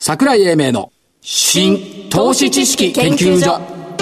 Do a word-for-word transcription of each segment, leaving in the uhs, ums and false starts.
桜井英明の新投資知識研究所。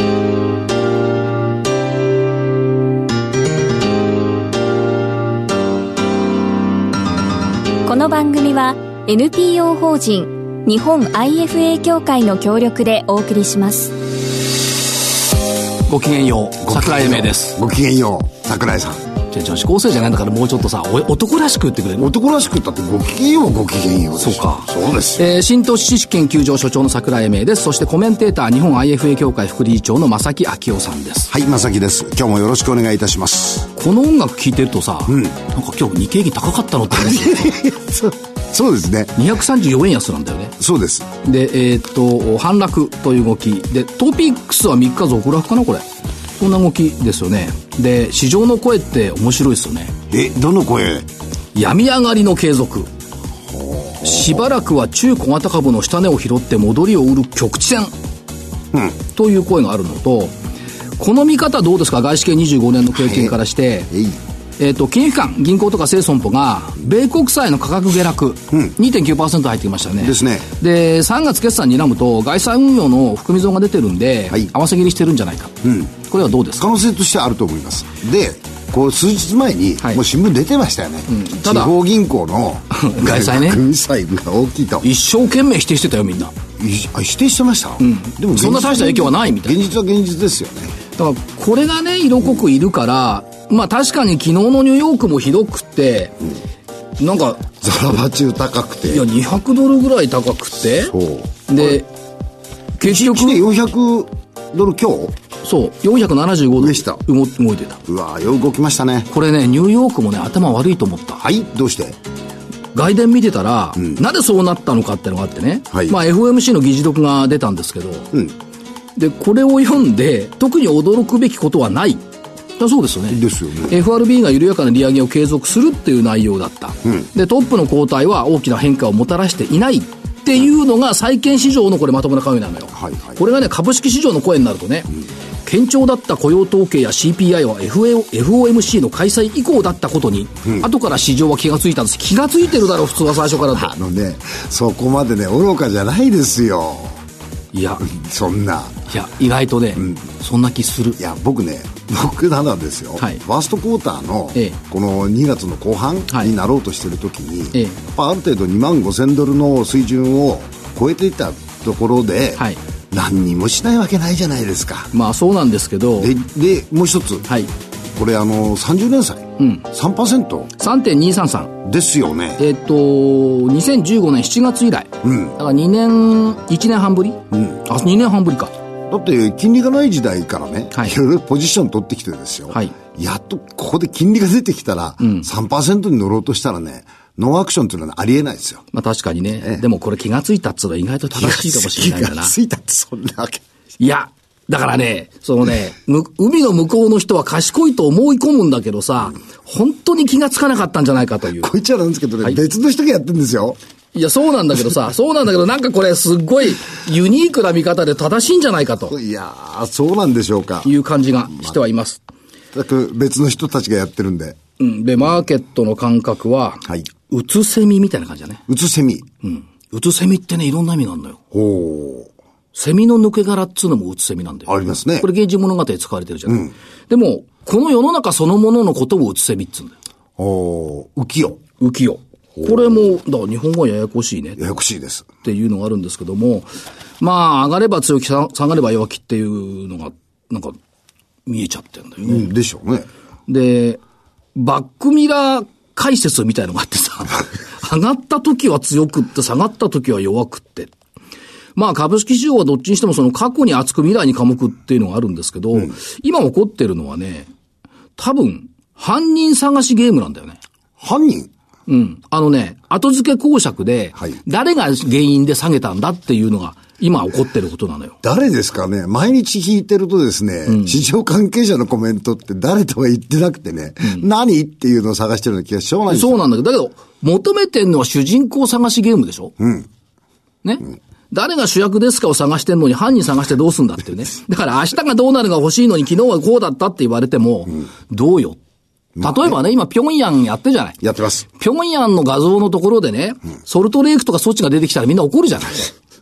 この番組は エヌピーオー 法人日本 アイエフエー 協会の協力でお送りします。 ごきげんよう、桜井英明です。 ごきげんよう、桜井さん。 女子高生じゃないんだからもうちょっとさ、男らしく言ってくれる。 男らしく言ったってごきげんようごきげんようです。 そうか。 そうです。 えー、新投資知識研究所所長の桜井英明です。そしてコメンテーター日本 アイエフエー 協会副理事長の正木昭夫さんです。 はい、正木です。今日もよろしくお願いいたします。 この音楽聴いてるとさ、うん、なんか今日日経平均高かったのって思うそうそうですね。 にひゃくさんじゅうよんえん安なんだよね。 そうです。 で、えー、っと反落という動きで、トピックスはみっか続落かな、これ。そんな動きですよね。で、市場の声って面白いですよね。 え、どの声？ 病み上がりの継続。しばらくは中小型株の下値を拾って戻りを売る局地戦、うん、という声があるのと、この見方どうですか？外資系にじゅうごねんの経験からして、はい、えーと、金融機関、銀行とか生損保が米国債の価格下落、うん、にてんきゅうパーセント 入ってきましたね。 ですね。 で、さんがつ決算にらむと外債運用の含み損が出てるんで、はい、合わせ切りしてるんじゃないか、うん、これはどうですか？ 可能性としてはあると思います。で、こう数日前に、はい、もう新聞出てましたよね、うん、ただ地方銀行の外債ね、 含み債が大きいと一生懸命否定してたよ、みんな。 否定してました、うん、 でもそんな大した影響はないみたいな。 現実は現実ですよね。 だからこれがね、色濃くいるから、まあ確かに昨日のニューヨークもひどくて、うん、なんかザラバ中高くて、 いやにひゃくドルぐらい高くて、そうで結局よんひゃくドル強、 そうよんひゃくななじゅうごドルでした。 動いてた。 うわ、よく動きましたね。 これね、ニューヨークもね、頭悪いと思った。 はい、どうして？ 外伝見てたら、うん、なぜそうなったのかってのがあってね、はい、まあ エフオーエムシー の議事録が出たんですけど、うん、でこれを読んで特に驚くべきことはないだそうですよね。 ですよね。 エフアールビー が緩やかな利上げを継続するっていう内容だった、うん、でトップの交代は大きな変化をもたらしていないっていうのが債券市場のこれまともな考えなのよ、はいはい、これがね、株式市場の声になるとね、うん、堅調だった雇用統計や シーピーアイ は エフオーエムシー の開催以降だったことに、うん、後から市場は気がついたんです。気がついてるだろう普通は最初からと。 あのね、そこまでね愚かじゃないですよ。 いやそんな、 いや意外とね、うん、そんな気する。 いや僕ね僕なんですよ、はい、ファーストクォーターの、ええ、このにがつの後半になろうとしてる時に、はい、やっぱある程度にまんごせんドルの水準を超えていたところで、はい、何にもしないわけないじゃないですか。 まあそうなんですけど、 で, でもう一つ、はい、これあのさんじゅうねん債、うん、さんパーセントさんてんにさんさんですよね。 えっ、ー、とにせんじゅうごねんしちがつ以来、うん、だからにねんいちねんはんぶり、うん、あにねんはんぶりか。 だって金利がない時代からね、はい、いろいろポジション取ってきてですよ、はい、やっとここで金利が出てきたら、うん、さんパーセント に乗ろうとしたらね、ノーアクションっていうのはありえないですよ。まあ確かにね、ええ、でもこれ気がついたっつうのは意外と正しいかもしれないんだな。 気がついたってそんなわけ。 いやだからね、そのね海の向こうの人は賢いと思い込むんだけどさ、うん、本当に気がつかなかったんじゃないかという。 こいつはなんですけどね、はい、別の人がやってるんですよ。 いやそうなんだけどさそうなんだけどなんかこれすっごいユニークな見方で正しいんじゃないかと。 いやそうなんでしょうか。 いう感じがしてはいます。 まあ、別の人たちがやってるんで。 うん。でマーケットの感覚は、はい、うつセミみたいな感じだね。 うつセミ。 うん。うつセミってね、いろんな意味があるのよ。ほう。セミの抜け殻っつうのもうつセミなんだよ。 ありますね。 これ源氏物語で使われてるじゃない、うん、でもこの世の中そのもののことをうつセミっつうんだよ。 おー、浮世。 浮世。これもだから日本語はややこしいね。 ややこしいです。 っていうのがあるんですけども、まあ上がれば強気、下がれば弱気っていうのがなんか見えちゃってるんだよね。うん、 でしょうね。 でバックミラー解説みたいのがあってさ上がった時は強くって下がった時は弱くって、まあ株式市場はどっちにしてもその過去に厚く未来に科目っていうのがあるんですけど、うん、今起こってるのはね、多分犯人探しゲームなんだよね。 犯人？ うん。あのね、後付け公爵で、はい、誰が原因で下げたんだっていうのが今起こってることなのよ。 誰ですかね。毎日聞いてるとですね、うん、市場関係者のコメントって誰とは言ってなくてね、うん、何っていうのを探してるような気がしょうがないんですよ。 そうなんだけど、だけど、求めてるのは主人公探しゲームでしょ。うん。ね。うん、誰が主役ですかを探してんのに犯人探してどうすんだっていうね。だから明日がどうなるが欲しいのに昨日はこうだったって言われても、うん、どうよ。例えばね、今、平壌やってるじゃない。 やってます。 平壌の画像のところでね、うん、ソルトレイクとかそっちが出てきたらみんな怒るじゃない。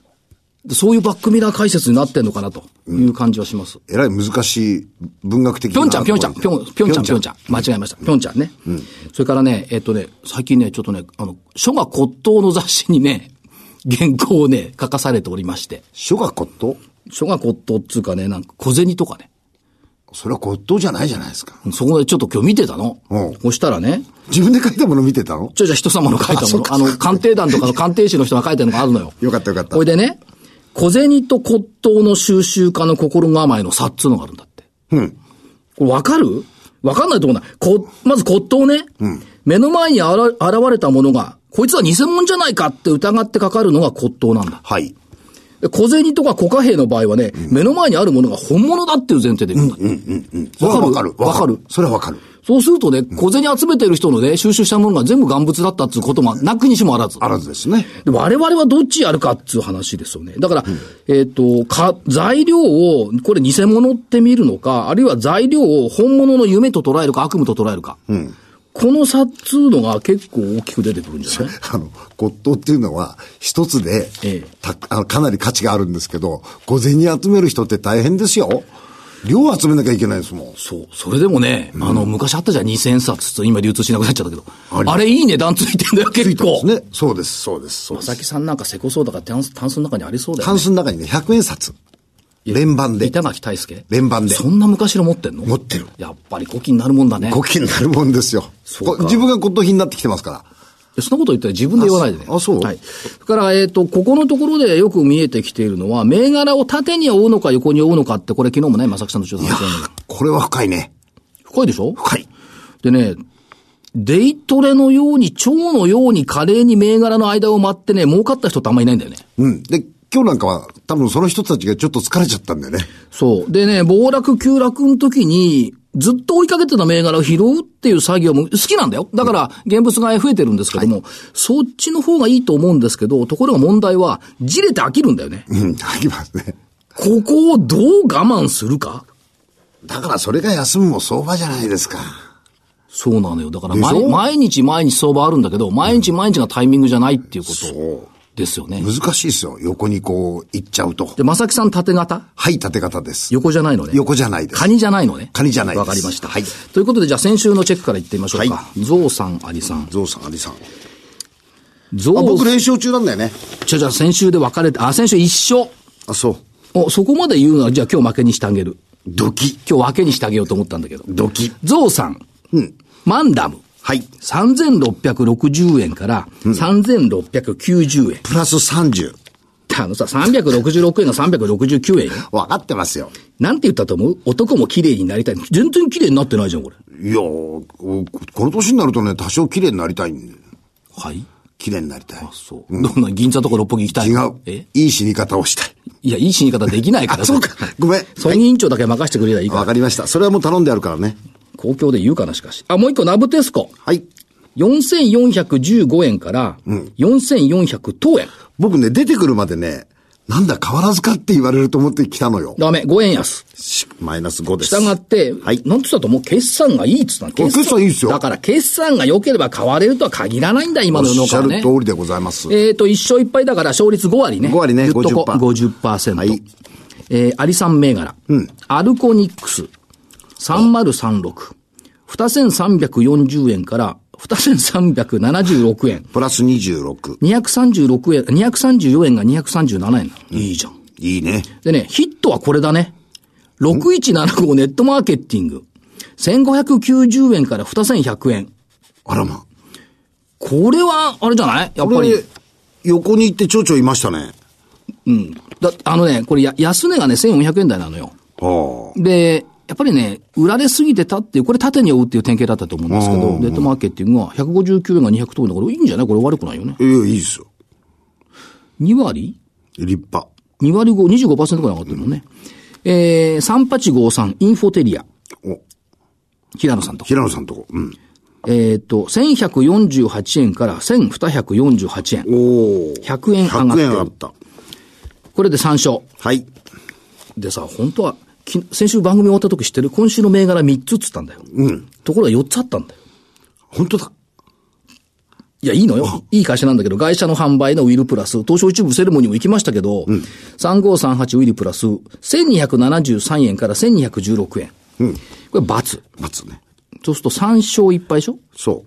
そういうバックミラー解説になってんのかなという感じはします。 えらい難しい文学的な。 ぴょんちゃん、ぴょんちゃん、ぴょん、ぴょんちゃん、ぴょんちゃん。間違えました。ぴょんちゃんね。うん。それからね、えっとね、最近ね、ちょっとね、あの、書画骨董の雑誌にね、原稿をね、書かされておりまして。 書画骨董？ 書画骨董っつうかね、なんか小銭とかね。 それは骨董じゃないじゃないですか。 そこでちょっと今日見てたの。うん。そしたらね。 自分で書いたもの見てたの？ ちょ、じゃあ人様の書いたもの。あ, あの、鑑定団とかの鑑定士の人が書いてるのがあるのよ。 よかったよかった。 これでね、小銭と骨董の収集家の心構えの差っつうのがあるんだって。 うん。 これわかる？わかんないと思うんだ。こ、まず骨董ね。うん。目の前にあら現れたものが、こいつは偽物じゃないかって疑ってかかるのが骨董なんだ。 はい。 小銭とか小貨幣の場合はね、うん、目の前にあるものが本物だっていう前提で言うんだ。うんうんうんうん。わかる？わかる。 それはわかる。 そうするとね、小銭集めてる人のね、収集したものが全部贋物だったっていうこともなくにしもあらず。 あらずですね。 で我々はどっちやるかっていう話ですよね。だから、うん、えっと、か、材料を、これ偽物って見るのか、あるいは材料を本物の夢と捉えるか悪夢と捉えるか。うん。この差っつうのが結構大きく出てくるんじゃない？ あの、骨董っていうのは一つで、ええ、たあのかなり価値があるんですけど、小銭集める人って大変ですよ。量集めなきゃいけないですもん。 そう。それでもね、うん、あの、昔あったじゃん、にせんさつって今流通しなくなっちゃったけど。あ, あれいい値段ついてんだよ、結構。 ね。そうです、そうです、そうです。 まさきさんなんかせこそうだからタンス、タンスの中にありそうだよね。 タンスの中にね、ひゃくえんさつ。連番で。 板垣大輔連番で。 そんな昔の持ってんの？ 持ってる。 やっぱり古希になるもんだね。 古希になるもんですよ。そう自分が骨董品になってきてますから。 そんなこと言ったら自分で言わないでね。 あ、そう。 はい。それから、えっと、ここのところでよく見えてきているのは、銘柄を縦に追うのか横に追うのかって、これ昨日もね、正木さんとちょっと話したんだけど。 これは深いね。 深いでしょ？ 深い。 でね、デイトレのように、蝶のように華麗に銘柄の間を待ってね、儲かった人ってあんまりいないんだよね。 うん。で、今日なんかは多分その人たちがちょっと疲れちゃったんだよね。 そう。でね、暴落急落の時に、ずっと追いかけてた銘柄を拾うっていう作業も好きなんだよ。だから、現物買い増えてるんですけども、はい、そっちの方がいいと思うんですけど、ところが問題は、じれて飽きるんだよね。 うん、飽きますね。 ここをどう我慢するか。 だからそれが休むも相場じゃないですか。 そうなのよ。だから毎、毎日毎日相場あるんだけど、毎日毎日がタイミングじゃないっていうこと。そう。ですよね。 難しいですよ。横にこう行っちゃうと。 で、正木さん縦型？ はい、縦型です。 横じゃないのね。 横じゃないです。 カニじゃないのね。 カニじゃないです。 わかりました。 はい。 ということで、じゃあ先週のチェックからいってみましょうか。はい。ゾウさん、アリさん。 ゾウさん、アリさん。 ゾウ。あ、 僕連勝中なんだよね。 じゃあ、じゃあ先週で分かれて、あ、先週一緒。 あ、そう。 お、そこまで言うのは、じゃあ今日負けにしてあげる。 ドキ。 今日分けにしてあげようと思ったんだけど。 ドキ。 ゾウさん。 うん。 マンダム。 はい。 さんぜんろっぴゃくろくじゅうえんからさんぜんろっぴゃくきゅうじゅうえん。 プラスさんじゅう。 あのさ、さんびゃくろくじゅうろくえんがさんびゃくろくじゅうきゅうえんよ。 わかってますよ。 なんて言ったと思う？男も綺麗になりたい。全然綺麗になってないじゃん、これ。 いやー、この年になるとね、多少綺麗になりたいんで。 はい。 綺麗になりたい。 あ、そう。うん、どんな銀座とか六本木行きたい？ 違う。え？いい死に方をしたい。 いや、いい死に方できないからあ、そうか。ごめん。 葬儀委員長だけ任せてくれりゃいいから。 わかりました。それはもう頼んであるからね。 公共で言うかな、しかし。あ、もう一個、ナブテスコ。 はい。 よんせんよんひゃくじゅうごえんからよんせんよんひゃくとうえん。 僕ね、出てくるまでね、なんだ変わらずかって言われると思ってきたのよ。 ダメ、ごえん安。 マイナスごです。 したがって、はい。なんつったともう決算がいいっつったの。 決算、決算いいですよ。 だから決算が良ければ買われるとは限らないんだ、今の世の中ね。 おっしゃる通りでございます。 えっと、一勝一敗だから勝率ごわりね。 ごわりね、ごじゅっパーセント。 ごじゅっパーセント。はい。えー、アリサン銘柄。 うん。 アルコニックス。さんまるさんろく。にせんさんびゃくよんじゅうえんからにせんさんびゃくななじゅうろくえん。 プラスにじゅうろく。 にひゃくさんじゅうろくえん、にひゃくさんじゅうよえんがにひゃくさんじゅうななえん。うん、いいじゃん。 いいね。 でね、ヒットはこれだね。ろくいちななごネットマーケティング。せんごひゃくきゅうじゅうえんからにせんひゃくえん。 あらま。 これは、あれじゃないやっぱり。 横に行ってちょうちょいいましたね。 うん。だ、あのね、これや、安値がね、せんよんひゃくえん台なのよ。 はあ。 で、やっぱりね、売られすぎてたっていう、これ縦に追うっていう典型だったと思うんですけど、ネットマーケティングはひゃくごじゅうきゅうえんがにひゃくとおえんだからいいんじゃないこれ悪くないよね。 ええ、いいですよ。 にわり立派。 にわりご、にじゅうごパーセントくらい上がってるもんね。うん、えー、さんはちごさん、インフォテリア。 お。 平野さんとこ。 平野さんとこ。うん。 えっと、せんひゃくよんじゅうはちえんからせんにひゃくよんじゅうはちえん。 おー。 ひゃくえん上がってる。ひゃくえん上がった。これでさん勝。 はい。 でさ、本当は、先週番組終わった時知ってる？今週の銘柄みっつっつったんだよ。 うん。 ところがよっつあったんだよ。 本当だ。 いや、いいのよ。いい会社なんだけど、会社の販売のウィルプラス、東証一部セレモニーも行きましたけど、うん、さんごーさんはちウィルプラス、せんにひゃくななじゅうさんえんからせんにひゃくじゅうろくえん。うん、これ、×。 ×ね。 そうするとさん勝いっ敗でしょ？ そう。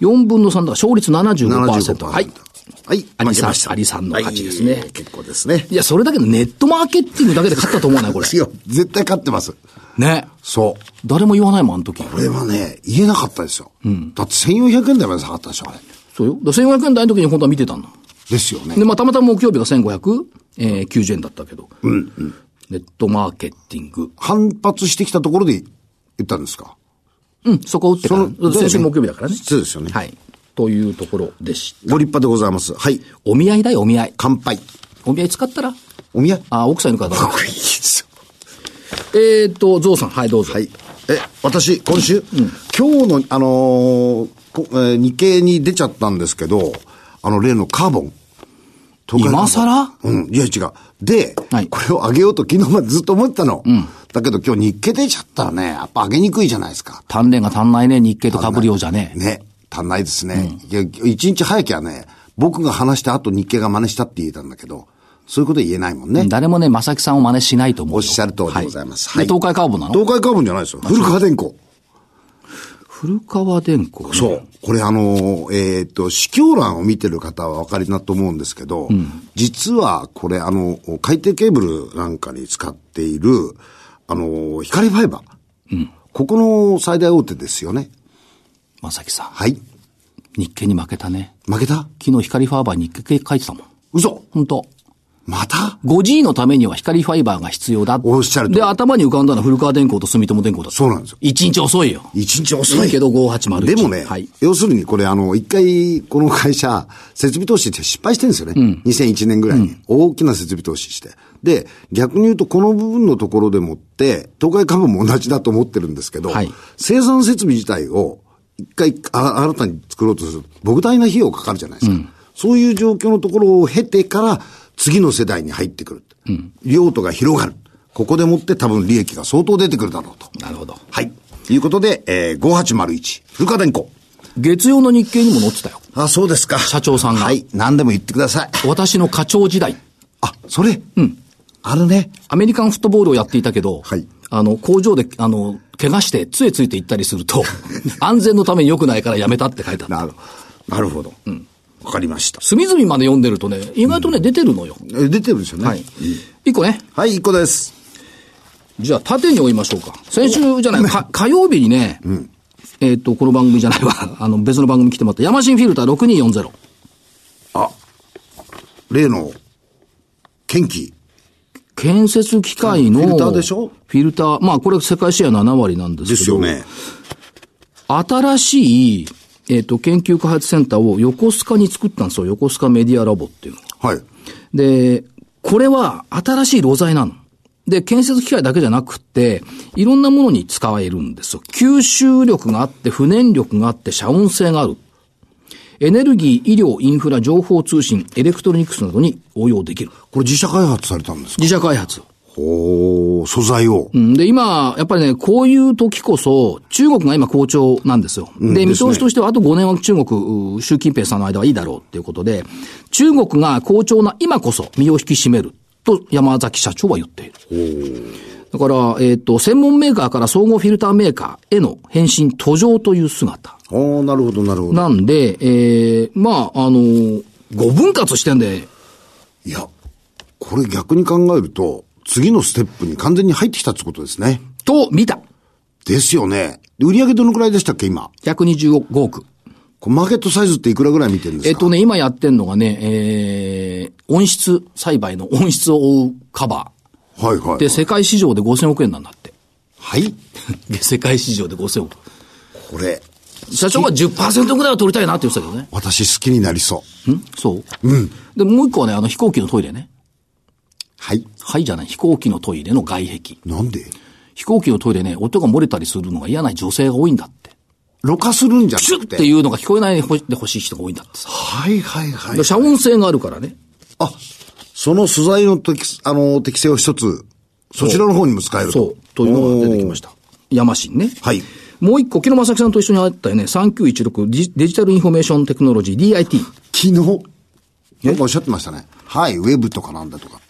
よんぶんのさんだから勝率 ななじゅうごパーセント。 はい。はい。 アリさん、アリさんの勝ちですね、はい。 結構ですね。 いや、それだけでネットマーケッティングだけで勝ったと思うな、これ。 いや、絶対勝ってます。 ね。 そう。 誰も言わないもん、あの時。 これはね、言えなかったですよ。うん。だってせんよんひゃくえん台まで下がったでしょ、あれ。 そうよ。だせんよんひゃくえん台の時に本当は見てたんだ。 ですよね。 で、まあ、たまたま木曜日がせんごひゃくきゅうじゅうえんだったけど。うん、うん。ネットマーケッティング。 反発してきたところで言ったんですか？ うん、そこを打ってから。先週木曜日だからね。 そうですよね。 はい。というところでした。 ご立派でございます。はい。 お見合いだよ、お見合い。 乾杯。 お見合い使ったらお見合いあ、奥さんいるからだ。 いいですよ。 えーと、ゾウさん、はい、どうぞ。 はい。え、私、今週、うん、今日の、あのーえー、日経に出ちゃったんですけど、あの、例のカーボン。 今更うん、いや違う。で、はい、これを上げようと昨日までずっと思ってたの。うん。だけど今日日経出ちゃったらね、やっぱ上げにくいじゃないですか。 鍛錬が足んないね、日経と被るようじゃね。 ね。足んないですね。うん、いや、一日早きゃね、僕が話した後日経が真似したって言えたんだけど、そういうこと言えないもんね。 誰もね、正木さんを真似しないと思う。 おっしゃる通りでございます。 はい。はい、東海カーボンなの？ 東海カーボンじゃないですよ。古川電工。 古川電工、ね、 そう。これあの、えっ、ー、と、市況欄を見てる方はお分かりだと思うんですけど、うん、実はこれあの、海底ケーブルなんかに使っている、あの、光ファイバー。うん。ここの最大大手ですよね。 正木さん。 はい。 日経に負けたね。 負けた？ 昨日光ファイバーに日経書いてたもん。 嘘？ 本当。 また ? ごジー のためには光ファイバーが必要だ。 おっしゃると。 で、頭に浮かんだのは古川電工と住友電工だった。 そうなんですよ。 一日遅いよ。 一日遅い。 いいけどごーはちまるいち。 でもね、はい、要するにこれあの、一回この会社、設備投資って失敗してるんですよね。うん、にせんいちねんぐらいに、うん。大きな設備投資して。で、逆に言うとこの部分のところでもって、東海株も同じだと思ってるんですけど、はい、生産設備自体を一回あ新たに作ろうとすると、莫大な費用かかるじゃないですか。うん、そういう状況のところを経てから、次の世代に入ってくる。うん、用途が広がる。ここでもって多分利益が相当出てくるだろうと。 なるほど。 はい。ということで、えー、ごはちまるいち、古川電工。 月曜の日経にも載ってたよ。 あ、そうですか。 社長さんが。 はい。何でも言ってください。 私の課長時代。 あ、それうん。 あるね。 アメリカンフットボールをやっていたけど、 はい。 あの、工場で、あの、怪我して杖ついて行ったりすると、安全のために良くないからやめたって書いてあった。 なるほど。なるほど。うん。わかりました。 隅々まで読んでるとね、意外とね、うん、出てるのよ。 え、出てるんですよね。はい。 一個ね。 はい、一個です。 じゃあ、縦に追いましょうか。先週じゃない、か火曜日にね、うん、えっと、この番組じゃないわ、あの、別の番組来てもらった、ヤマシンフィルターろくにーよんゼロ。 あ、例の、建機。 建設機械の、 フィルターでしょ？ フィルター、まあ、これ世界シェアななわりなんですけど。 ですよね。 新しい、えっと、研究開発センターを横須賀に作ったんですよ。横須賀メディアラボっていうの。 はい。 で、これは新しい炉材なの。で、建設機械だけじゃなくて、いろんなものに使えるんですよ。吸収力があって、不燃力があって、遮音性がある。エネルギー、医療、インフラ、情報通信、エレクトロニクスなどに応用できる。 これ自社開発されたんですか？ 自社開発。 ほー、素材を。 うん。で、今、やっぱりね、こういう時こそ、中国が今好調なんですよ。 うん、 で、見通しとしてはあとごねんは中国、習近平さんの間はいいだろうっていうことで、中国が好調な今こそ身を引き締めると山崎社長は言っている。だから、えっと、専門メーカーから総合フィルターメーカーへの変身途上という姿。 ああ、なるほど、なるほど。 なんで、えー、まあ、あのー、ご分割してんで。 いや、これ逆に考えると、次のステップに完全に入ってきたってことですね。 と、見た。 ですよね。売上どのくらいでしたっけ、今。 ひゃくにじゅうごおく。 マーケットサイズっていくらぐらい見てるんですか？ えっとね、今やってんのがね、えー、温室栽培の温室を覆うカバー。はいはい、はい。 で、世界市場でごせんおくえんなんだって。 はい。 世界市場でごせんおく。 これ。 社長は じゅっパーセント ぐらいは取りたいなって言ってたけどね。 私好きになりそう。 んそううん。 で、もう一個はね、あの飛行機のトイレね。 はい。 はいじゃない、飛行機のトイレの外壁。 なんで？ 飛行機のトイレね、音が漏れたりするのが嫌な女性が多いんだって。 ろ過するんじゃなくて。 シュッっていうのが聞こえないで欲しい人が多いんだってさ。 はいはいはい、はい。 遮音性があるからね。 あ、その素材の適、あの、適性を一つ、そちらの方にも使えると。 そう。というのが出てきました。ヤマシンね。 はい。 もう一個、昨日正木さんと一緒に会ったよね、さんきゅういちろく デジタルインフォメーションテクノロジー ディーアイティー。 昨日、なんかおっしゃってましたね。はい、ウェブとかなんだとかって。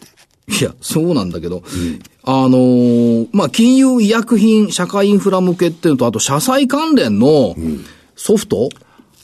いや、そうなんだけど、うん、あのー、まあ、金融医薬品、社会インフラ向けっていうのと、あと、社債関連のソフト、うん、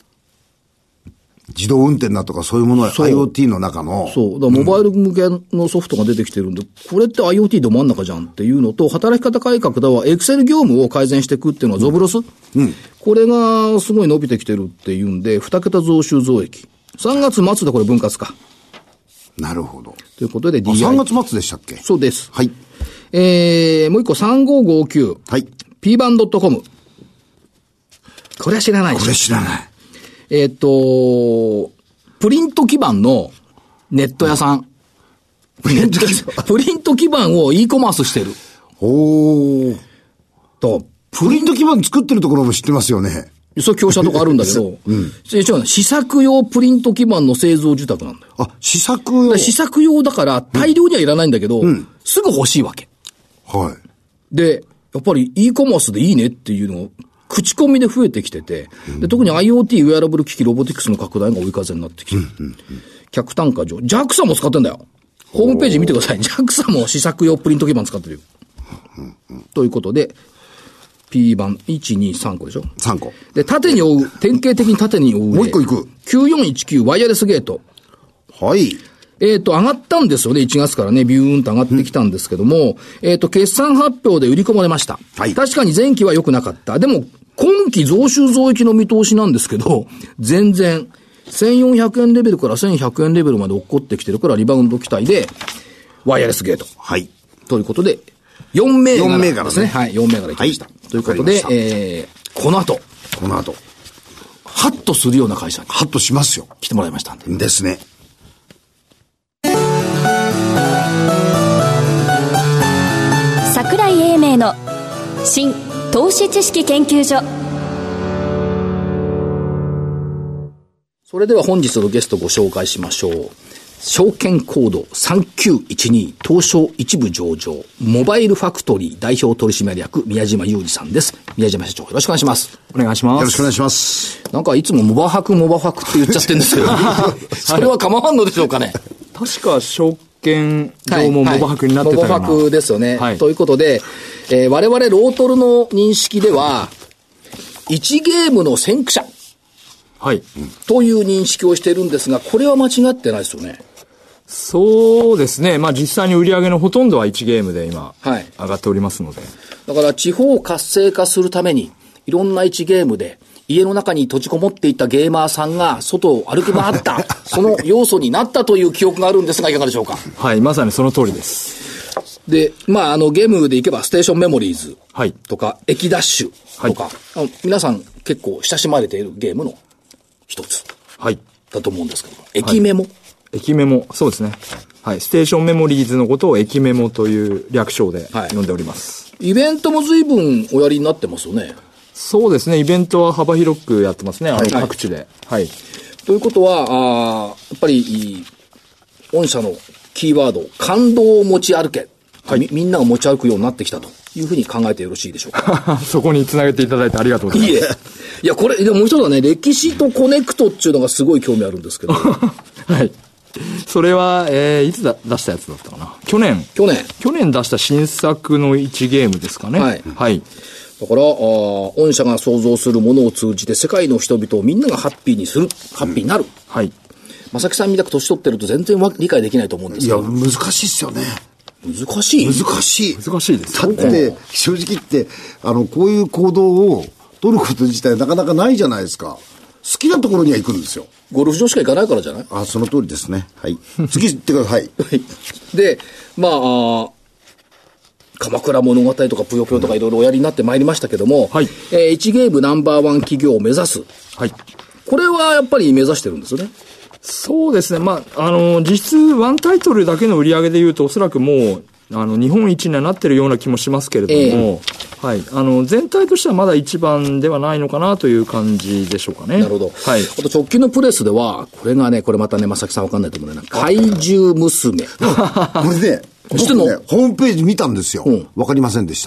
自動運転だとかそういうものは IoT の中の。 そう。だからモバイル向けのソフトが出てきてるんで、うん、これって IoT ど真ん中じゃんっていうのと、働き方改革ではエクセル業務を改善していくっていうのはゾブロス、うんうん、これがすごい伸びてきてるっていうんで、二桁増収増益。さんがつ末でこれ分割か。 なるほど。 ということで ディーアイ。 さんがつ末でしたっけ？ そうです。 はい。 えー、もう一個さんごーごーきゅう。 はい。 ピーバンドットコム。これは知らないでしょ。 これ知らない。 えーっと、プリント基盤のネット屋さん。プリント基盤プリント基盤を e コマースしてる。 おー。 と、 プリント基盤作ってるところも知ってますよね。 そう、業者とかあるんだけど、うん、違う、試作用プリント基盤の製造受託なんだよ。 あ、試作用試作用だから大量にはいらないんだけど、うん、すぐ欲しいわけ。 はい。 で、やっぱり e コマースでいいねっていうのを、口コミで増えてきてて、で特に IoT、ウェアラブル機器、ロボティクスの拡大が追い風になってきて、うんうんうん、客単価上、ジャクサ も使ってんだよ。ホームページ見てください。ジャクサ も試作用プリント基盤使ってるよ。うんうん、ということで、P 版いち、に、さんこでしょ ? さんこ。 で、縦に追う、典型的に縦に追う。 もう一個いく。 きゅうよんいちきゅうワイヤレスゲート。 はい。 えっと、上がったんですよね。いちがつからね、ビューンと上がってきたんですけども、うん、えっと、決算発表で売り込まれました。はい。確かに前期は良くなかった。でも、今期増収増益の見通しなんですけど、全然、せんよんひゃくえんレベルからせんひゃくえんレベルまで落っこってきてるからリバウンド期待で、ワイヤレスゲート。 はい。 ということで、よん銘柄ですね。 ねはい、よん銘柄いきました。はい、ということで、えー、この後。 この後。 ハッとするような会社に。 ハッとしますよ。 来てもらいましたんで。 ですね。 桜井英明の新投資知識研究所。 それでは本日のゲストご紹介しましょう。証券コードさんきゅういちに東証一部上場モバイルファクトリー代表取締役宮島裕二さんです。宮島社長よろしくお願いします。 お願いします。 よろしくお願いします。 なんかいつもモバハクモバファクって言っちゃってるんですけど、それは構わんのでしょうかね。 確か証券上もモバハクになってたような、 はいはい、モバハクですよね、はい、ということで、えー、我々ロートルの認識ではいちゲームの先駆者はい、という認識をしているんですが、これは間違ってないですよね。 そうですね。まあ実際に売り上げのほとんどはいちゲームで今、はい、上がっておりますので。 だから地方を活性化するために、いろんないちゲームで、家の中に閉じこもっていたゲーマーさんが外を歩き回った、その要素になったという記憶があるんですが、いかがでしょうか。 はい、まさにその通りです。 で、まあ、あの、ゲームでいけば、ステーションメモリーズとか、はい、エキダッシュとか、はい、皆さん結構親しまれているゲームの一つだと思うんですけど、はい、駅メモ、はい、 駅メモ、そうですね。はい。ステーションメモリーズのことを駅メモという略称で呼んでおります。 はい、イベントも随分おやりになってますよね。 そうですね。イベントは幅広くやってますね。あの各地で。はい。はい、 ということは、あやっぱり、御社のキーワード、感動を持ち歩け。はい、み。みんなが持ち歩くようになってきたというふうに考えてよろしいでしょうか。 そこにつなげていただいてありがとうございます。いえ。 いや、これ、でももう一つはね、歴史とコネクトっていうのがすごい興味あるんですけど。はい。それは、えー、いつだ出したやつだったかな。去年。 去年。 去年出した新作のいちゲームですかね。はい。はい。 だから、あ御社が創造するものを通じて世界の人々をみんながハッピーにする、ハッピーになる。うん、はい。正木さんみたく年取ってると全然理解できないと思うんですけど。 いや、難しいっすよね。 難しい難しい。 難しいです。 だって、正直言って、あの、こういう行動を取ること自体なかなかないじゃないですか。好きなところには行くんですよ。 ゴルフ場しか行かないからじゃない？ あ、その通りですね。はい。次行ってください。 で、まあ、鎌倉物語とかぷよぷよとかいろいろおやりになってまいりましたけども、うん、はい。えー、いちゲームナンバーワン企業を目指す。はい。これはやっぱり目指してるんですよね。 そうですね。まあ、あの、実質ワンタイトルだけの売り上げで言うとおそらくもう、あの、日本一にはなってるような気もしますけれども、えー、はい。あの、全体としてはまだ一番ではないのかなという感じでしょうかね。 なるほど。はい。あと直近のプレスでは、これがね、これまたね、正木さんわかんないと思うね。怪獣娘。 これね、知ってんの？ホームページ見たんですよ。わ、うん、かりませんでした。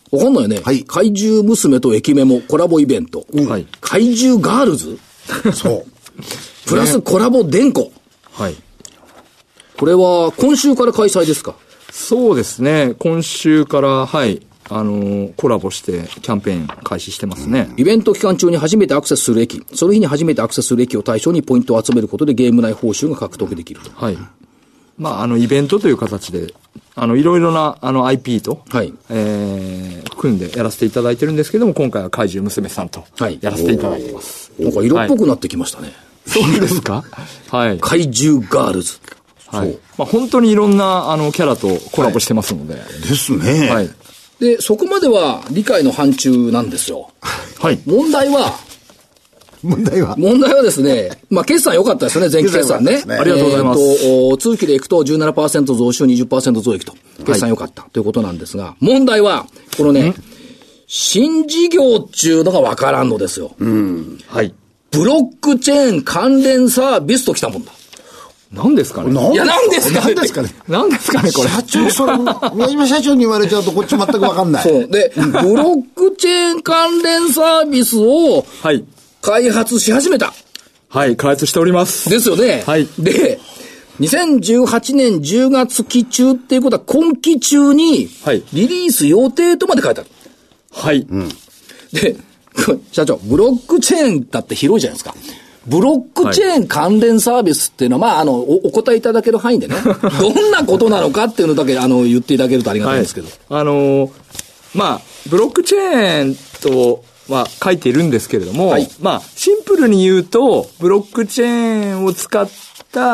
わかんないよね。はい。怪獣娘と駅メモコラボイベント。はい。怪獣ガールズそう。プラスコラボ電工。はい。これは今週から開催ですか？ そうですね。今週から、はい。あのー、コラボしてキャンペーン開始してますね。 イベント期間中に初めてアクセスする駅、その日に初めてアクセスする駅を対象にポイントを集めることでゲーム内報酬が獲得できると。 はい。まあ、あの、イベントという形で、あの、いろいろな、あの、アイピー と、はい。えー、組んでやらせていただいてるんですけども、今回は怪獣娘さんと、はい。やらせていただいてます。 なんか色っぽくなってきましたね。 はい、そうですかはい。 怪獣ガールズ。 はい。まあ、本当にいろんな、あの、キャラとコラボしてますので。はい、 ですね。はい。 で、そこまでは理解の範疇なんですよ。はい。問題は、 問題は問題はですね、まあ、決算良かったですよね、前期決算ね。 ねありがとうございます。えー、と、通期でいくと じゅうななパーセント 増収 にじゅっパーセント 増益と、決算良かったということなんですが、問題は、このね、新事業っていうのがわからんのですよ。うん。はい。ブロックチェーン関連サービスときたもんだ。 何ですかね。 いや、何ですかね。 何ですかね。 何ですかね、これ。 社長、それ、宮島社長に言われちゃうとこっち全くわかんない。 そう。で、ブロックチェーン関連サービスを、はい。開発し始めた。 はい、開発しております。 ですよね。はい。で、にせんじゅうはちねんじゅうがつ期中っていうことは今期中に、はい。リリース予定とまで書いてある。 はい。うん。 で、社長、ブロックチェーンだって広いじゃないですか。ブロックチェーン関連サービスっていうのは、まあ、あの、お、お答えいただける範囲でね、どんなことなのかっていうのだけ、あの、言っていただけるとありがたいんですけど。 はい、あのー、まあ、ブロックチェーンとは書いているんですけれども、はい、まあ、シンプルに言うと、ブロックチェーンを使った、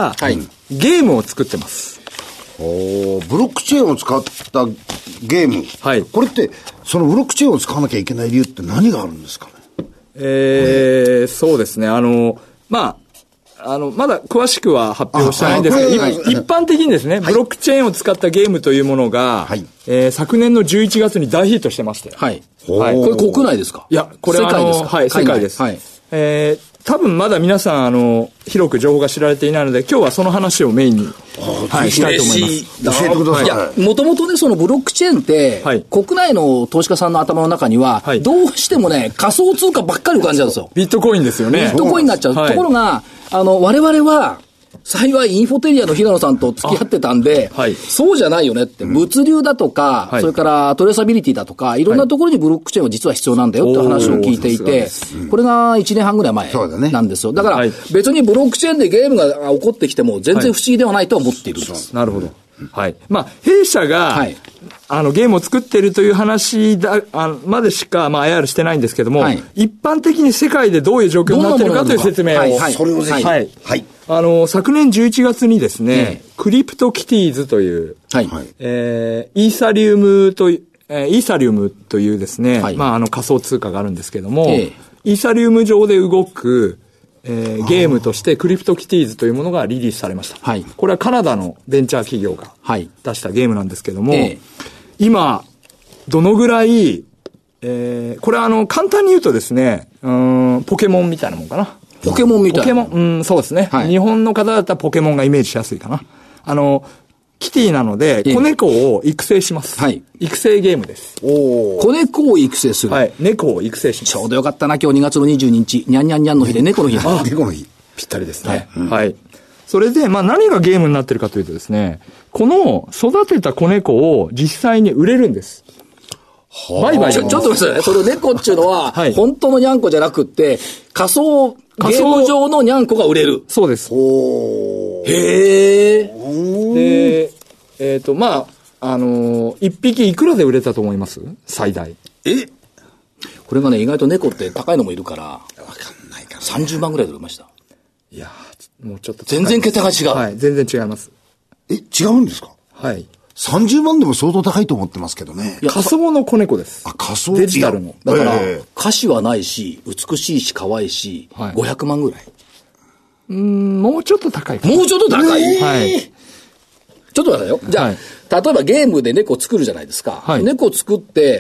はい、ゲームを作ってます。 おブロックチェーンを使ったゲーム。はい。これって、そのブロックチェーンを使わなきゃいけない理由って何があるんですかね？ えー、そうですね。あの、まあ、あの、まだ詳しくは発表してないんですけど、はい、一般的にですね、はい、ブロックチェーンを使ったゲームというものが、はい、えー、昨年のじゅういちがつに大ヒットしてまして。 はい。はい。これ国内ですか？ いや、これは世界ですか？はい、世界です。はい。えー、多分まだ皆さん、あの、広く情報が知られていないので、今日はその話をメインに、はい、したいと思います。 教えてください。いや、 もともとね、そのブロックチェーンって、はい、国内の投資家さんの頭の中には、はい、どうしてもね、仮想通貨ばっかり浮かんじゃうんですよ。 ビットコインですよね。 ビットコインになっちゃう。はい、ところが、あの、我々は、幸いインフォテリアの平野さんと付き合ってたんで、はい、そうじゃないよねって、物流だとか、うん、それからトレーサビリティだとか、いろんなところにブロックチェーンは実は必要なんだよって話を聞いていて、これがいちねんはんぐらい前なんですよ。だから別にブロックチェーンでゲームが起こってきても全然不思議ではないと思っているんです。 はい、なるほど。はい。まあ、弊社が、はい、あの、ゲームを作っているという話だ、あまでしか、まあ、アイアール してないんですけども、はい、一般的に世界でどういう状況になっているかという説明を。はい、はい。 それをぜひ。はい。はい。 あの、昨年じゅういちがつにですね、うん、クリプトキティーズという、はい。えー、イーサリウムという、えー、イーサリウムというですね、はい、まあ、あの、仮想通貨があるんですけども、えー、イーサリウム上で動く、えー、ゲームとしてクリプトキティーズというものがリリースされました。はい。これはカナダのベンチャー企業が出したゲームなんですけども、えー、今、どのぐらい、えー、これはあの、簡単に言うとですね、うーん、ポケモンみたいなもんかな。 ポケモンみたいな。 ポケモン、うん、そうですね。はい、日本の方だったらポケモンがイメージしやすいかな。あの、キティなので、子猫を育成します。はい。育成ゲームです。 お子猫を育成する。 はい。猫を育成します。 ちょうどよかったな、今日にがつのにじゅうににち、にゃんにゃんにゃんの日で猫の日。 あ、猫の日。 ぴったりですね。はい。うん、はい。それで、まあ何がゲームになってるかというとですね、この育てた子猫を実際に売れるんです。 売買ちょ、ちょっと待ってください。その猫っていうのは、はい、本当のニャンコじゃなくって、仮想、ゲーム上のニャンコが売れる。 そうです。 おへえ。 で、えっ、ー、と、まあ、あのー、一匹いくらで売れたと思います？最大。 えこれがね、意外と猫って高いのもいるから、わかんないから。さんじゅうまんぐらいで売れました。 いやー、もうちょっと。 全然桁が違う。 はい、全然違います。 え、違うんですか？ はい。 さんじゅうまんでも相当高いと思ってますけどね。 いや、仮想の子猫です。 あ、仮想デジタルの。 だから、えー、歌詞はないし、美しいし、可愛いし、はい、ごひゃくまんぐらい。 うーん、もうちょっと高いかもうちょっと高い、えー、 はい。 ちょっと待ってよ。じゃあ、はい、例えばゲームで猫作るじゃないですか。はい、猫作って、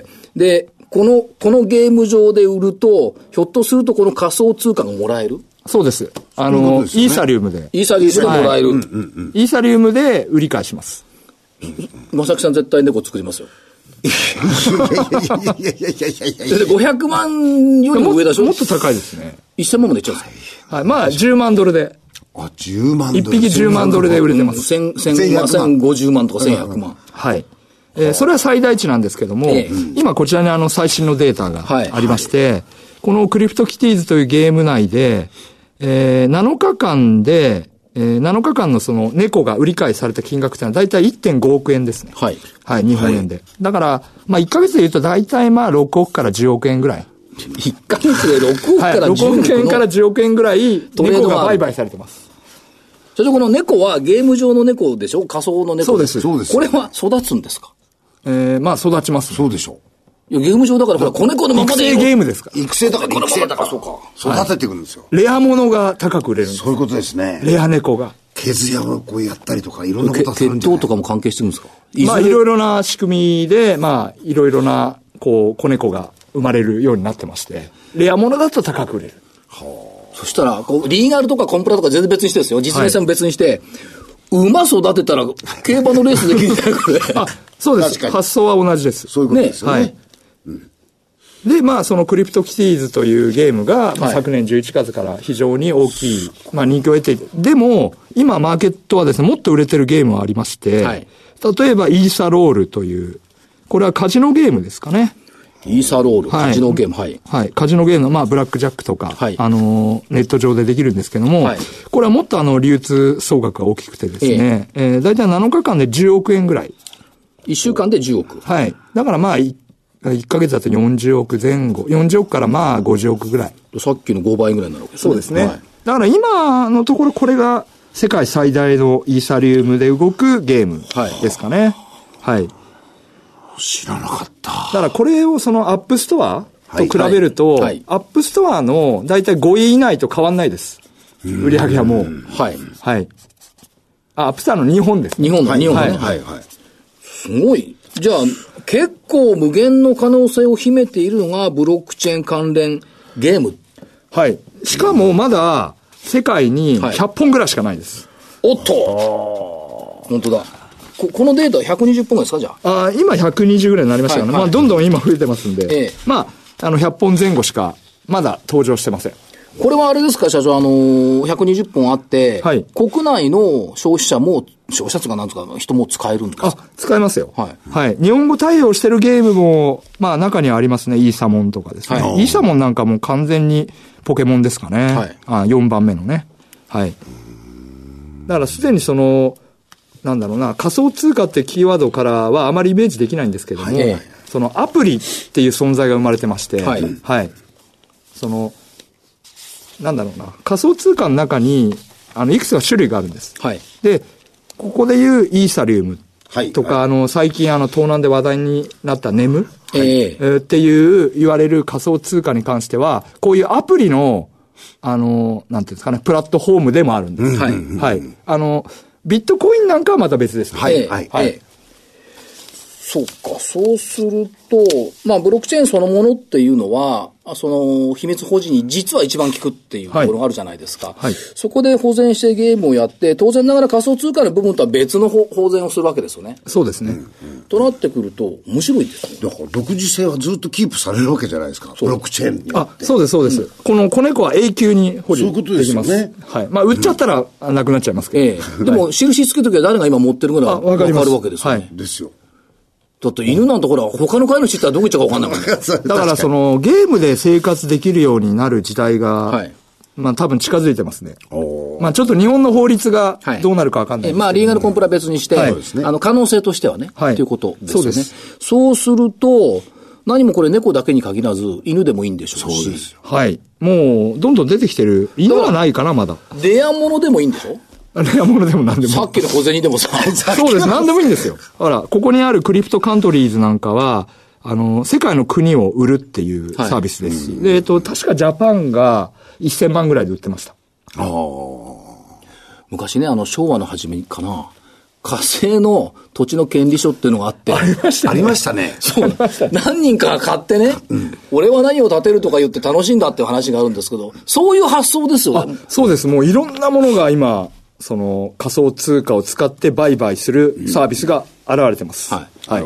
で、この、このゲーム上で売ると、ひょっとするとこの仮想通貨がもらえる？ そうです。あの、ね、イーサリウムで。 イーサリウムでもらえる。はい、 イーサリウムで売り買いします。 まさきさん絶対猫作りますよ。 いやいやいやいやいやいやいや。 ごひゃくまんよりも上でしょ。 もっと高いですね。 せんまんまでいっちゃうんですか。はい。まあ、じゅうまんドルで。 あ、じゅうまんドル。 一匹じゅうまんドルで売れてます。 せん、せんごじゅうまんとかせんひゃくまん。 はい。えー、それは最大値なんですけども、えー、今こちらにあの最新のデータがありまして、はいはい、このクリプトキティーズというゲーム内で、えー、なのかかんで、えー、なのかかんのその猫が売り買いされた金額というのは大体 いってんごおくえんですね。はい。はい、日本円で。はい、だから、まあいっかげつで言うと大体まあろくおくからじゅうおくえんぐらい。 いっかげつでろくおくからじゅうおくえん、はい、ろくおくえんからじゅうおくえんぐらい猫が売買されてます。 それでこの猫はゲーム上の猫でしょ？仮想の猫。 そうです。 そうです。 これは育つんですか？ えー、まあ育ちます、ね。 そうでしょう。 いや、ゲーム上だからほら、子猫のままで。 育成ゲームですか？ 育成だから、育成だから。そうか。育てていくんですよ。 レアものが高く売れるんです。 そういうことですね。 レア猫が。 毛艶をこうやったりとか、いろんなことするんじゃない？血統とかも関係してるんですか？ まあ、いろいろな仕組みで、まあ、いろいろな、こう、子猫が生まれるようになってまして、レアものだと高く売れる。 はあ。そしたら、こう、リーガルとかコンプラとか全然別にしてですよ。実名さんも別にして、はい、馬育てたら、競馬のレースできるんだよ、これ。 あ、そうです。発想は同じです。 そういうことですよね。ね、はい。 うん、で、まあ、そのクリプトキティーズというゲームが、まあ、昨年じゅういちがつから非常に大きい、まあ、人気を得ていて、でも、今、マーケットはですね、もっと売れてるゲームはありまして、はい、例えば、イーサロールという、これはカジノゲームですかね。 イーサロール、はい、カジノゲーム、はい。 はい。カジノゲームの、まあ、ブラックジャックとか、はい、あの、ネット上でできるんですけども、はい、これはもっとあの、流通総額が大きくてですね、えええー、大体なのかかんでじゅうおくえんぐらい。 いっしゅうかんでじゅうおく。 はい。だからまあ、いっかげつだとよんじゅうおくぜん後。よんじゅうおくからまあごじゅうおくぐらい。 さっきのごばいぐらいになるわけですね。 そうですね。はい、だから今のところこれが世界最大のイーサリウムで動くゲームですかね。はい。はい、 知らなかった。 だからこれをそのアップストアと比べると、はいはい、アップストアのだいたいごい以内と変わんないです。売り上げはもう。 はい。 はい。あ、アップストアの日本です、 ね。日本の、はい、日本のね。はい、はい。すごい。じゃあ、結構無限の可能性を秘めているのがブロックチェーン関連ゲーム。 はい。しかもまだ世界にひゃっぽんぐらいしかないです。 はい、おっと本当だ。こ, このデータひゃくにじゅっぽんですかじゃあ。 あ今ひゃくにじゅうぐらいになりましたよね。はいはい、まあどんどん今増えてますんで。ええ、まあ、あのひゃっぽんぜん後しかまだ登場してません。 これはあれですか社長、あのー、ひゃくにじゅっぽんあって、はい、国内の消費者も、消費者とかなんですか、人も使えるんですか？ あ、使えますよ。はい。はい。日本語対応してるゲームも、まあ中にはありますね。イーサモンとかですね。はい、イーサモンなんかも完全にポケモンですかね。はい。あ、よんばんめのね。はい。だからすでにその、なんだろうな、仮想通貨ってキーワードからはあまりイメージできないんですけども、はい、そのアプリっていう存在が生まれてまして、はい。はい。その、なんだろうな、仮想通貨の中に、あの、いくつか種類があるんです。はい。で、ここでいうイーサリウムとか、はい、あの、最近あの、東南で話題になったネム、はい、えー、っていう言われる仮想通貨に関しては、こういうアプリの、あの、なんていうんですかね、プラットフォームでもあるんです。はい。はい。あの、ビットコインなんかはまた別ですね。 はい。はい。はい。そうか、そうすると、まあ、ブロックチェーンそのものっていうのは、その、秘密保持に実は一番効くっていうところがあるじゃないですか。はいはい、そこで保全してゲームをやって、当然ながら仮想通貨の部分とは別の保全をするわけですよね。 そうですね。うんうん、となってくると、面白いですね。 だから独自性はずっとキープされるわけじゃないですか。ブロックチェーンにあ、そうです、そうです。うん、この子猫は永久に保持できます。そういうことですよね。はい。まあ、売っちゃったらなくなっちゃいますけど。ええ。でも、印つけときは誰が今持ってるぐらいわかるわけですよね。はい。 ですよ。 だって犬なんてほら、他の飼い主ってどこ行っちゃうか分かんないもんね。 だからその、ゲームで生活できるようになる時代が、はい、まあ多分近づいてますね。まあちょっと日本の法律がどうなるか分かんないですけど、 はい、まあリーガルコンプラ別にして、はい、あの可能性としてはね、はい、ということですよね。そうです。そうすると、何もこれ猫だけに限らず、犬でもいいんでしょうし。そうですよ。 はい。もう、どんどん出てきてる。犬はないかな、まだ。 レアものでもいいんでしょ？ レアものでも何でも。 さっきの小銭でもさ。 そうです。何でもいいんですよ。ほら、ここにあるクリプトカントリーズなんかは、あの、世界の国を売るっていうサービスですし。はい、で、えっと、確かジャパンがせんまんぐらいで売ってました。ああ。 昔ね、あの、昭和の初めかな。火星の土地の権利書っていうのがあって。 ありましたね。 ありましたね。 そう。何人かが買ってね、うん、俺は何を建てるとか言って楽しいんだっていう話があるんですけど、そういう発想ですよね。 そうです。もういろんなものが今、その仮想通貨を使って売買するサービスが現れてます。 うん、はい。はい。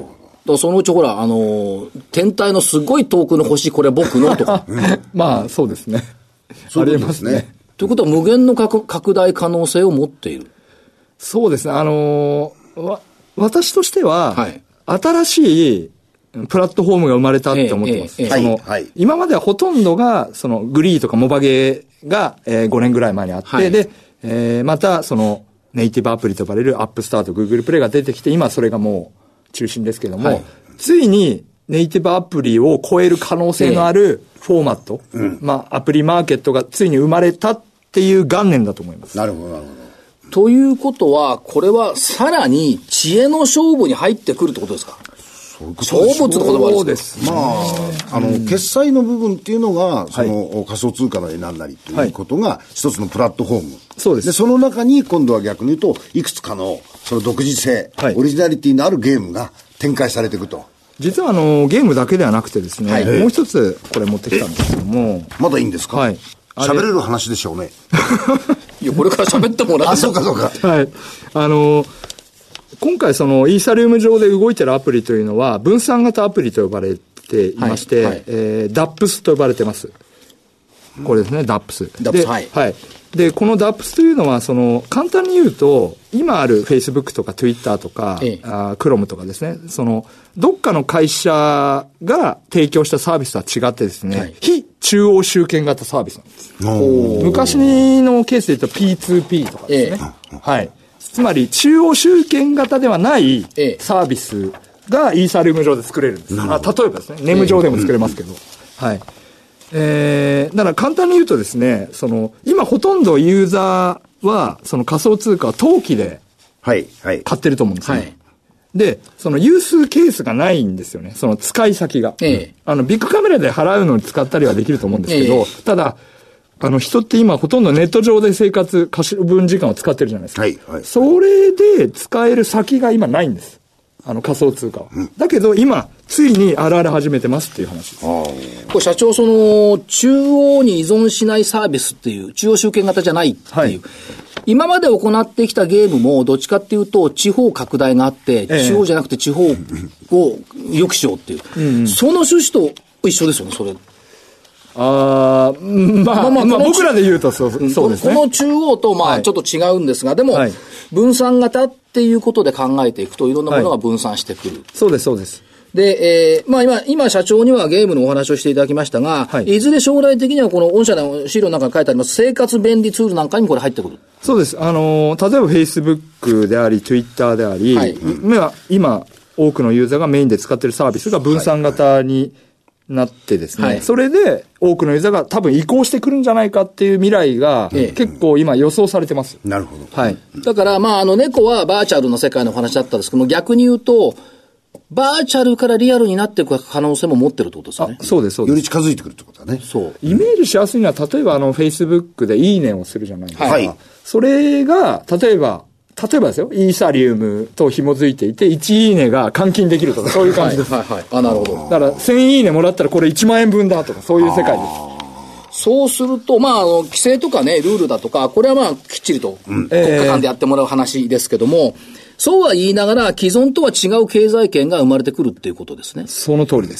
そのうちほら、あのー、天体のすごい遠くの星、これ僕のとか。 まあ、そうですね。 そういうことですね。 ありますね。ということは無限の拡大可能性を持っている。 そうですね。あのー、わ、私としては、はい、新しいプラットフォームが生まれたって思ってます。ええええ、その、はいはい、今まではほとんどが、そのグリーとかモバゲーが、えー、ごねんぐらい前にあって、はい、で、えー、またそのネイティブアプリと呼ばれるアップスターと Google プレイが出てきて、今それがもう中心ですけども、はい、ついにネイティブアプリを超える可能性のあるフォーマット、ええ、うん、まあアプリマーケットがついに生まれたっていう元年だと思います。 なるほどなるほど。 ということは、これはさらに知恵の勝負に入ってくるってことですか？勝負って言葉ですね。まあ、あの、うん、決済の部分っていうのが、その、はい、仮想通貨の絵なんなりということが、一つのプラットフォーム。 そうです。 で、その中に、今度は逆に言うと、いくつかの、その独自性、はい、オリジナリティのあるゲームが展開されていくと。 実は、あの、ゲームだけではなくてですね、はい、もう一つ、これ持ってきたんですけども。 まだいいんですか？ はい。 喋れる話でしょうね。 いや、これから喋ってもらって。 あ、そうかそうか。 はい。あの、今回そのイーサリウム上で動いているアプリというのは分散型アプリと呼ばれていまして、はいはい、えー、ダップス と呼ばれてます。これですね、ダップス。 ダップス、はい。 はい。で、このダップスというのは、その、簡単に言うと、今ある Facebook とか Twitter とか、ええ、あ Chrome とかですね、その、どっかの会社が提供したサービスとは違ってですね、はい、非中央集権型サービスなんです。昔のケースで言うと ピーツーピー とかですね。ええ、はい。つまり、中央集権型ではないサービスがイーサリウム上で作れるんです。あ、例えばですね、ネーム上でも作れますけど。えー、はい。えー、だから簡単に言うとですね、その、今ほとんどユーザーは、その仮想通貨は当期で買ってると思うんですね。はいはい、で、その有数ケースがないんですよね。その使い先が。えー、あの、ビッグカメラで払うのに使ったりはできると思うんですけど、えー、ただ、あの人って今ほとんどネット上で生活、可処分時間を使ってるじゃないですか。はいはい、それで使える先が今ないんです。あの仮想通貨は。うん、だけど今、ついに現れ始めてますっていう話です。 これ社長、その、中央に依存しないサービスっていう、中央集権型じゃないっていう。はい、今まで行ってきたゲームも、どっちかっていうと、地方拡大があって、ええ、地方じゃなくて地方を良くしようっていう。うんうん、その趣旨と一緒ですよね、それ。 ああ、まあ、まあ、まあ、僕らで言うとそう、そうですね。 この中央と、まあ、ちょっと違うんですが、はい、でも、はい、分散型っていうことで考えていくと、いろんなものが分散してくる。はい、 そうです、そうです。 で、えー、まあ今、今、社長にはゲームのお話をしていただきましたが、はい、いずれ将来的にはこの御社の資料の中に書いてあります、生活便利ツールなんかにもこれ入ってくる。 そうです。あの、例えば Facebook であり、Twitter であり、はい、今、今、多くのユーザーがメインで使っているサービスが分散型に、はいなってですね、はい、それで多くのユーザーが多分移行してくるんじゃないかっていう未来が結構今予想されてます。 ええ、なるほど。 はい。だからまああの猫はバーチャルの世界の話だったんですけども、逆に言うとバーチャルからリアルになっていく可能性も持ってるってことですよね。 あ、そうですそうです。 より近づいてくるってことだね。 そう。 イメージしやすいのは例えばあの Facebook でいいねをするじゃないですか。はい。それが例えば例えばですよ、イーサリウムと紐づいていて、いちいいねが換金できるとか、そういう感じです。 はいはいはい。あ、なるほど。 だから、せんいいねもらったらこれいちまんえんぶんだとか、そういう世界です。 そうすると、まあ、あの、規制とかね、ルールだとか、これはまあ、きっちりと、国家間でやってもらう話ですけども、えー、そうは言いながら、既存とは違う経済圏が生まれてくるっていうことですね。 その通りです。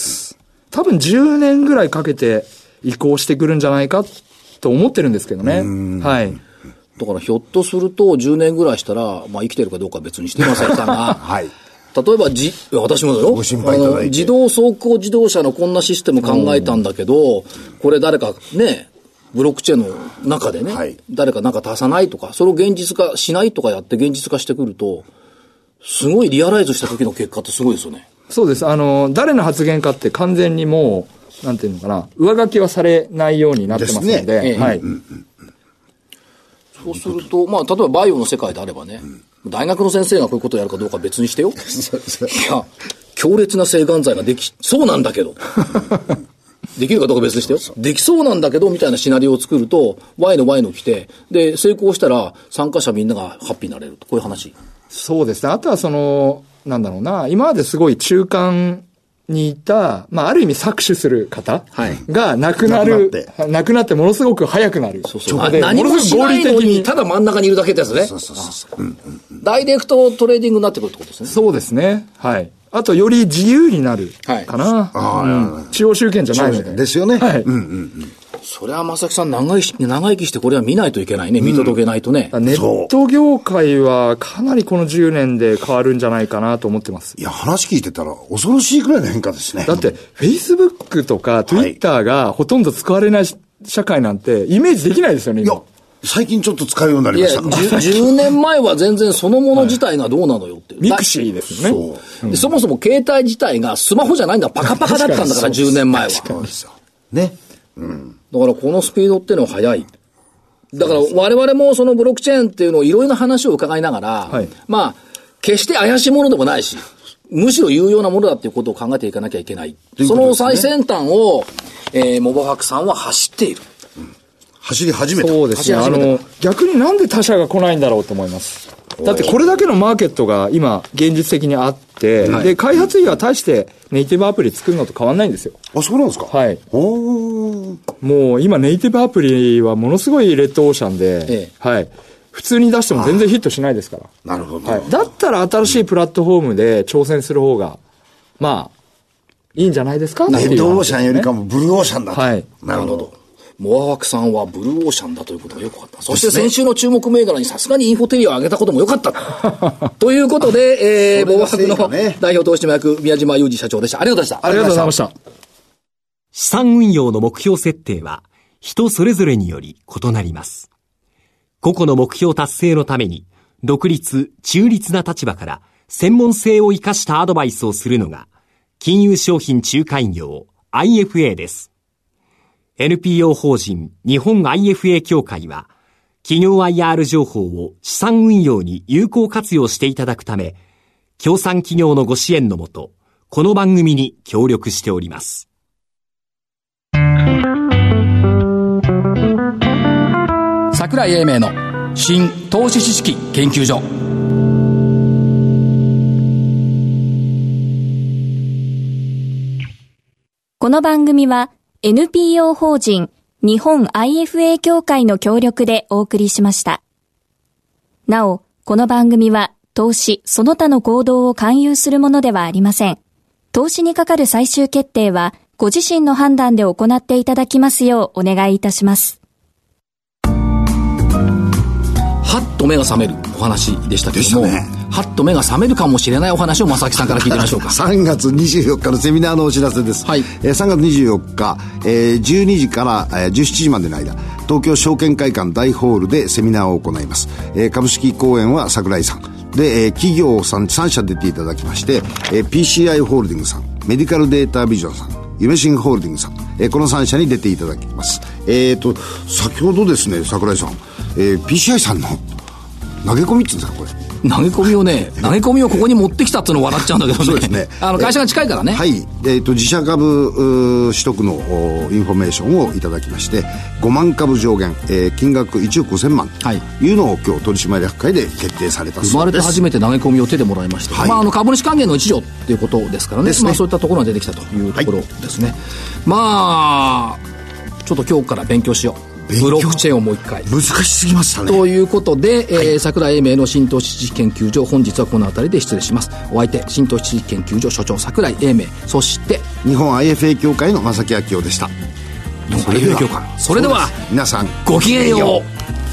多分じゅうねんぐらいかけて移行してくるんじゃないかと思ってるんですけどね。はい。 だからひょっとするとじゅうねんぐらいしたら、まあ生きてるかどうかは別にしてませんが、はい、例えばじ、私もだよ、 ご心配いただいて、 あの自動走行自動車のこんなシステム考えたんだけど、これ誰かね、ブロックチェーンの中でね、はい、誰かなんか足さないとか、それを現実化しないとかやって現実化してくると、すごいリアライズした時の結果ってすごいですよね。 そうです。あの、誰の発言かって完全にもう、なんていうのかな、上書きはされないようになってますので、でね、はい。うんうん、 そうすると、まあ、例えばバイオの世界であればね、うん、大学の先生がこういうことをやるかどうかは別にしてよ。いや、強烈な制がん剤ができ、そうなんだけど。できるかどうか別にしてよ。できそうなんだけど、みたいなシナリオを作ると、Y の Y の来て、で、成功したら参加者みんながハッピーになれると。こういう話。 そうですね。あとはその、なんだろうな、今まですごい中間にいた、まあ、ある意味搾取する方がなくなる、はい、なくなってものすごく早くなる。 そうそう。何もしないのに、ただ真ん中にいるだけってやつね。そうそうそうそう。ダイレクトトレーディングになってくるってことですね。 そうですね。はい。 あとより自由になるかな、はい、うん、中央集権じゃないのでですよね、はい、うんうんうん、 それは正木さん長生き長生きしてこれは見ないといけないね、見届けないとね、 うん、ネット業界はかなりこのじゅうねんで変わるんじゃないかなと思ってます。 いや、話聞いてたら恐ろしいくらいの変化ですね。 だってフェイスブックとかツイッターがほとんど使われない社会なんてイメージできないですよね。 いや、最近ちょっと使うようになりましたから。 いや、じゅうねんまえは全然そのもの自体がどうなのよって。はい、 ミクシーですよね。 そう、うん、で。そもそも携帯自体がスマホじゃないんだ、パカパカだったんだから、じゅうねんまえは。そうですよ。 ね。うん。 だからこのスピードっていうのは速い。だから我々もそのブロックチェーンっていうのをいろいろな話を伺いながら、はい、まあ、決して怪しいものでもないし、むしろ有用なものだっていうことを考えていかなきゃいけない。ね、その最先端を、えー、モバファクさんは走っている。 走り始めた。 そうですね。あの、逆になんで他社が来ないんだろうと思います。だってこれだけのマーケットが今、現実的にあって、はい、で、開発費は大してネイティブアプリ作るのと変わんないんですよ。 あ、そうなんですか。 はい。おもう今ネイティブアプリはものすごいレッドオーシャンで、ええ、はい。普通に出しても全然ヒットしないですから。 なるほど、 はい。だったら新しいプラットフォームで挑戦する方が、まあ、いいんじゃないですか。 レッドオーシャンよりかもブルーオーシャンだと。 はい。なるほど。モアワークさんはブルーオーシャンだということがよくあった。そして先週の注目銘柄にさすがにインフォテリアを上げたこともよかった。ということで、えー、モアワークの代表取締役宮島裕二社長でした。ありがとうございました。 ありがとうございました。 資産運用の目標設定は人それぞれにより異なります。個々の目標達成のために独立、中立な立場から専門性を生かしたアドバイスをするのが金融商品仲介業 アイエフエー です。エヌピーオー 法人日本 アイエフエー 協会は企業 アイアール 情報を資産運用に有効活用していただくため、協賛企業のご支援のもと、この番組に協力しております。 櫻井英明の新投資知識研究所。 この番組はエヌピーオー 法人日本 アイエフエー 協会の協力でお送りしました。なお、この番組は投資その他の行動を勧誘するものではありません。投資にかかる最終決定はご自身の判断で行っていただきますようお願いいたします。 はっと目が覚めるお話でしたけども、ね、はっと目が覚めるかもしれないお話を正木さんから聞いてみましょうか。 さんがつにじゅうよっかのセミナーのお知らせです、はい。えー、さんがつにじゅうよっか、えー、じゅうにじから、えー、じゅうしちじまでの間、東京証券会館大ホールでセミナーを行います。えー、株式講演は櫻井さんで、えー、企業さんさん社出ていただきまして、えー、ピーシーアイ ホールディングさん、メディカルデータビジョンさん、夢新ホールディングさん、えー、このさん社に出ていただきます。えーと先ほどですね、櫻井さん、えー、ピーシーアイ さんの投げ込みって言うんですか、これ。 投げ込みをね、投げ込みをここに持ってきたっていうのを笑っちゃうんだけどね。そうですね。あの会社が近いからね。 はい。えっと、自社株取得のインフォメーションをいただきまして、ごまんかぶ上限、えー、金額いちおくごせんまんというのを今日取締役会で決定されたそうです。 生まれて初めて投げ込みを手でもらいました。はい、まあ、あの株主還元の一助っていうことですからね。ね、まあ、そういったところが出てきたというところですね。はい、まあ、ちょっと今日から勉強しよう。ブロックチェーンをもう一回難しすぎましたね。 ということで、はい、えー、櫻井英明の新投資知識研究所、本日はこの辺りで失礼します。お相手、新投資知識研究所所長櫻井英明、そして日本 アイエフエー 協会の正木明夫でした。 日本 アイエフエー 協会、それでは皆さんごきげんよう。